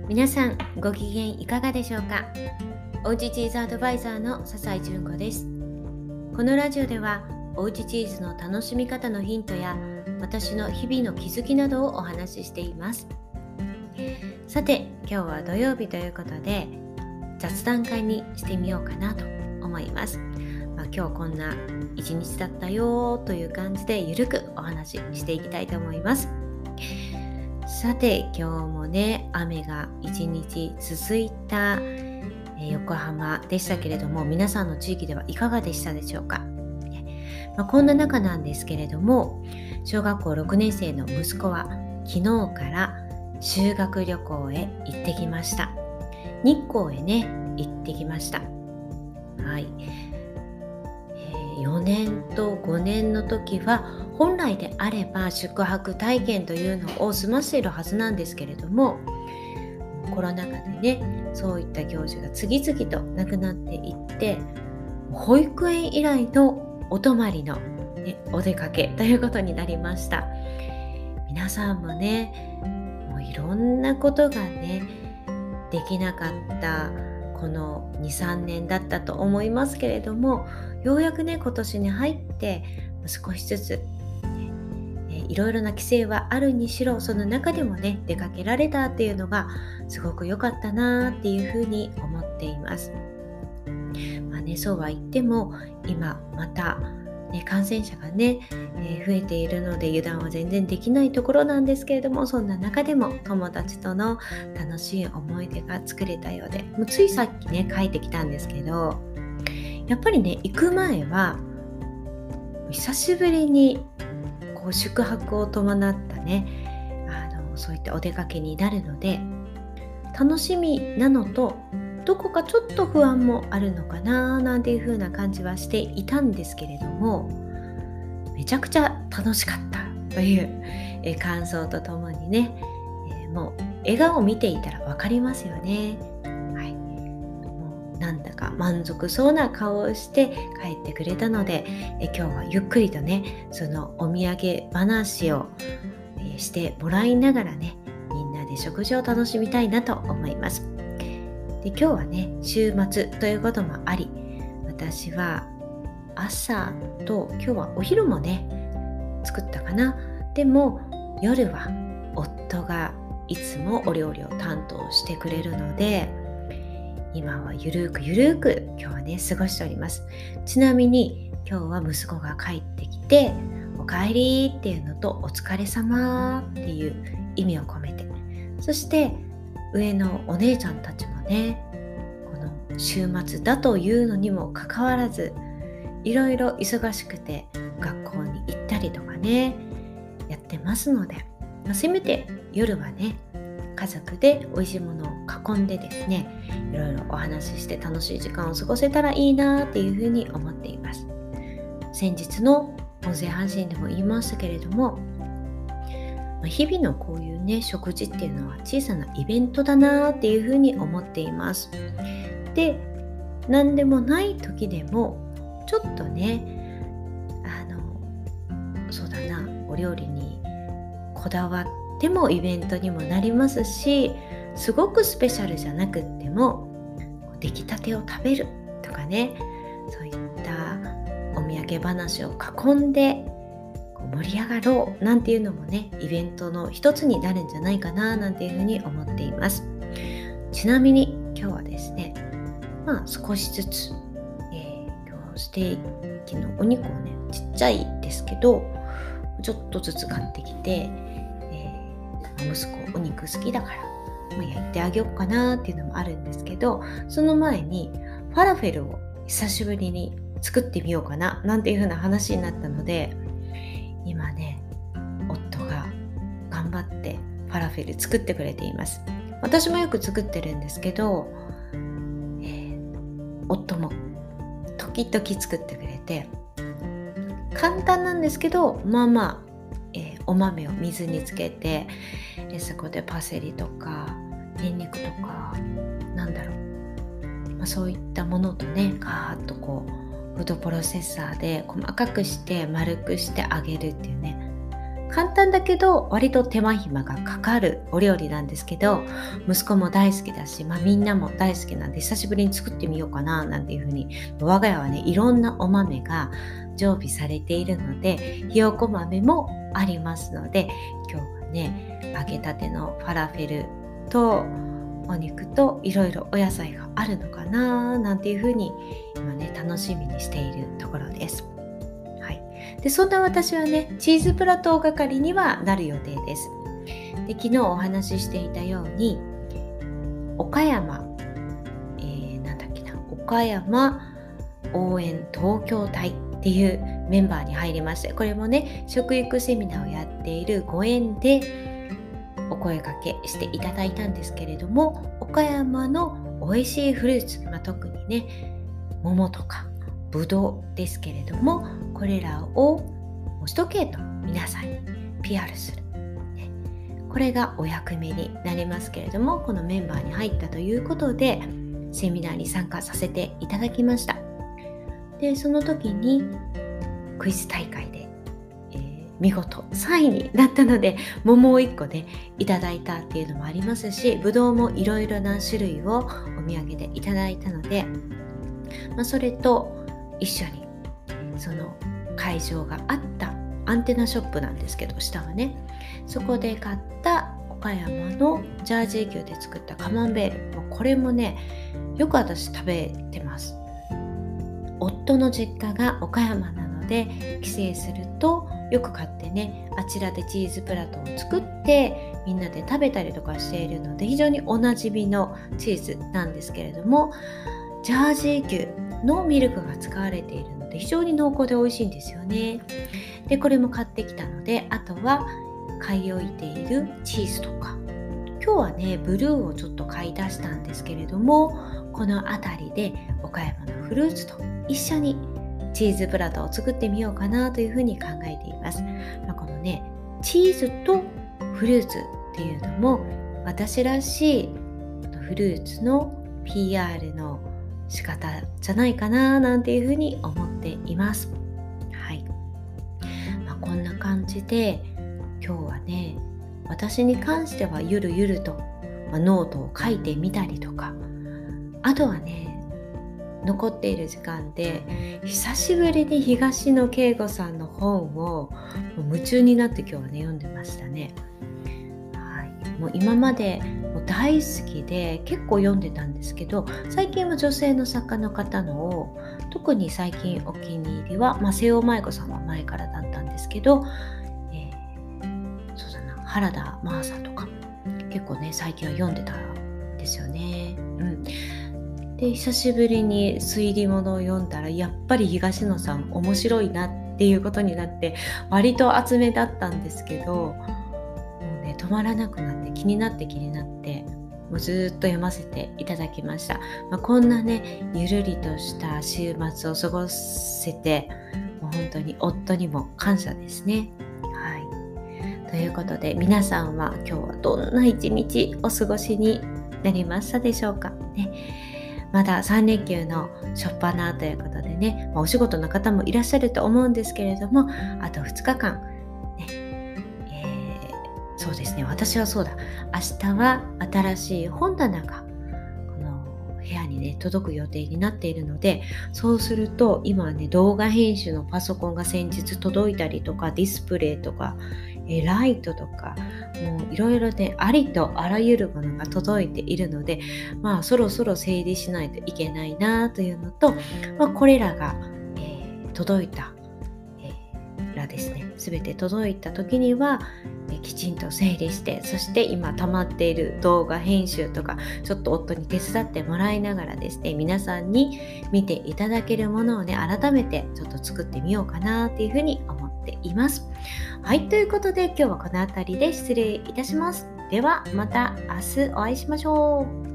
皆さんご機嫌いかがでしょうか。おうちチーズアドバイザーの笹井純子です。このラジオではおうちチーズの楽しみ方のヒントや私の日々の気づきなどをお話ししています。さて今日は土曜日ということで雑談会にしてみようかなと思います。今日こんな一日だったよという感じでゆるくお話ししていきたいと思います。さて今日もね雨が一日続いた、横浜でしたけれども、皆さんの地域ではいかがでしたでしょうか。こんな中なんですけれども、小学校6年生の息子は昨日から修学旅行へ行ってきました。日光へね行ってきました。はい、4年と5年の時は本来であれば宿泊体験というのを済ませているはずなんですけれども、コロナ禍でねそういった行事が次々となくなっていって、保育園以来のお泊まりの、お出かけということになりました。皆さんもねもういろんなことがねできなかったこの 2,3 年だったと思いますけれども、ようやくね今年に入って少しずついろいろな規制はあるにしろ、その中でもね出かけられたっていうのがすごく良かったなっていうふうに思っています。そうは言っても今また、感染者がね、増えているので油断は全然できないところなんですけれども、そんな中でも友達との楽しい思い出が作れたようで、もうついさっきね帰ってきたんですけど、やっぱりね行く前は久しぶりに宿泊を伴ったねそういったお出かけになるので楽しみなのと、どこかちょっと不安もあるのかななんていう風な感じはしていたんですけれども、めちゃくちゃ楽しかったという、感想とともにね、もう笑顔を見ていたら分かりますよね。もうなんだか満足そうな顔をして帰ってくれたので、今日はゆっくりとねそのお土産話を、してもらいながらね、みんなで食事を楽しみたいなと思います。で今日はね週末ということもあり、私は朝と今日はお昼もね作ったかな。でも夜は夫がいつもお料理を担当してくれるので、今はゆるく今日はね過ごしております。ちなみに今日は息子が帰ってきておかえりっていうのとお疲れ様っていう意味を込めて、そして上のお姉ちゃんたちもねこの週末だというのにもかかわらずいろいろ忙しくて学校に行ったりとかねやってますので、せめて夜はね家族で美味しいものを囲んでですね、いろいろお話しして楽しい時間を過ごせたらいいなっていうふうに思っています。先日の音声配信でも言いましたけれども、日々のこういうね食事っていうのは小さなイベントだなっていうふうに思っています。で、何でもない時でもちょっとねそうだな、お料理にこだわってもイベントにもなりますし、すごくスペシャルじゃなくっても出来たてを食べるとかね、そういったお土産話を囲んで盛り上がろうなんていうのもねイベントの一つになるんじゃないかななんていうふうに思っています。ちなみに今日はですね少しずつ、今日ステーキのお肉をねちっちゃいですけどちょっとずつ買ってきて、息子お肉好きだから焼いてあげようかなっていうのもあるんですけど、その前にファラフェルを久しぶりに作ってみようかななんていう風な話になったので、今ね夫が頑張ってファラフェル作ってくれています。私もよく作ってるんですけど、夫も時々作ってくれて、簡単なんですけどお豆を水につけて、そこでパセリとかニンニクとかそういったものとねガーッとフードプロセッサーで細かくして丸くして揚げるっていうね、 簡単だけど割と手間暇がかかるお料理なんですけど、息子も大好きだし、みんなも大好きなんで久しぶりに作ってみようかななんていうふうに、我が家はねいろんなお豆が常備されているので、ひよこ豆もありますので、今日はね揚げたてのファラフェルとお肉といろいろお野菜があるのかななんていうふうに今ね楽しみにしているところです。でそんな私はねチーズプラトー係にはなる予定です。で昨日お話ししていたように岡山、岡山応援東京隊っていうメンバーに入りまして、これもね食育セミナーをやっているご縁でお声掛けしていただいたんですけれども、岡山の美味しいフルーツ、特にね桃とかぶどうですけれども、これらを首都圏の皆さんに PR する、これがお役目になりますけれども、このメンバーに入ったということでセミナーに参加させていただきました。でその時にクイズ大会で、見事3位になったので、桃を1個ねいただいたっていうのもありますし、ぶどうもいろいろな種類をお土産でいただいたので、それと一緒にその会場があったアンテナショップなんですけど、下はねそこで買った岡山のジャージー牛で作ったカマンベール、これもねよく私食べてます。夫の実家が岡山なので帰省するとよく買ってね、あちらでチーズプラトーを作ってみんなで食べたりとかしているので、非常におなじみのチーズなんですけれども、ジャージー牛のミルクが使われているので非常に濃厚で美味しいんですよね。でこれも買ってきたので、あとは買い置いているチーズとか、今日はねブルーをちょっと買い出したんですけれども、この辺りで岡山のフルーツと一緒にチーズプラトーを作ってみようかなというふうに考えています。このねチーズとフルーツっていうのも私らしいフルーツの PR の仕方じゃないかななんていうふうに思っています。はい。こんな感じで今日はね、私に関してはゆるゆると、ノートを書いてみたりとか、あとはね残っている時間で久しぶりに東野圭吾さんの本をもう夢中になって今日はね読んでましたね。はい。もう今までもう大好きで結構読んでたんですけど、最近は女性の作家の方のを、特に最近お気に入りは、瀬尾舞子さんは前からだったんですけど、そうだな、原田マーさんとか結構ね最近は読んでたんですよね。で久しぶりに推理物を読んだら、やっぱり東野さん面白いなっていうことになって、割と厚めだったんですけど、もうね止まらなくなって気になってもうずっと読ませていただきました。こんなねゆるりとした週末を過ごせて、もう本当に夫にも感謝ですね。はい。ということで、皆さんは今日はどんな一日お過ごしになりましたでしょうかね。まだ3連休の初っ端ということでね、お仕事の方もいらっしゃると思うんですけれども、あと2日間、そうですね、私はそうだ、明日は新しい本棚がこの部屋にね届く予定になっているので、そうすると今はね動画編集のパソコンが先日届いたりとか、ディスプレイとかライトとか、もういろいろねありとあらゆるものが届いているので、そろそろ整理しないといけないなというのと、これらが、届いたらですね、全て届いた時にはきちんと整理して、そして今溜まっている動画編集とかちょっと夫に手伝ってもらいながらですね、皆さんに見ていただけるものをね改めてちょっと作ってみようかなっていうふうに思っています。はい、ということで今日はこの辺りで失礼いたします。ではまた明日お会いしましょう。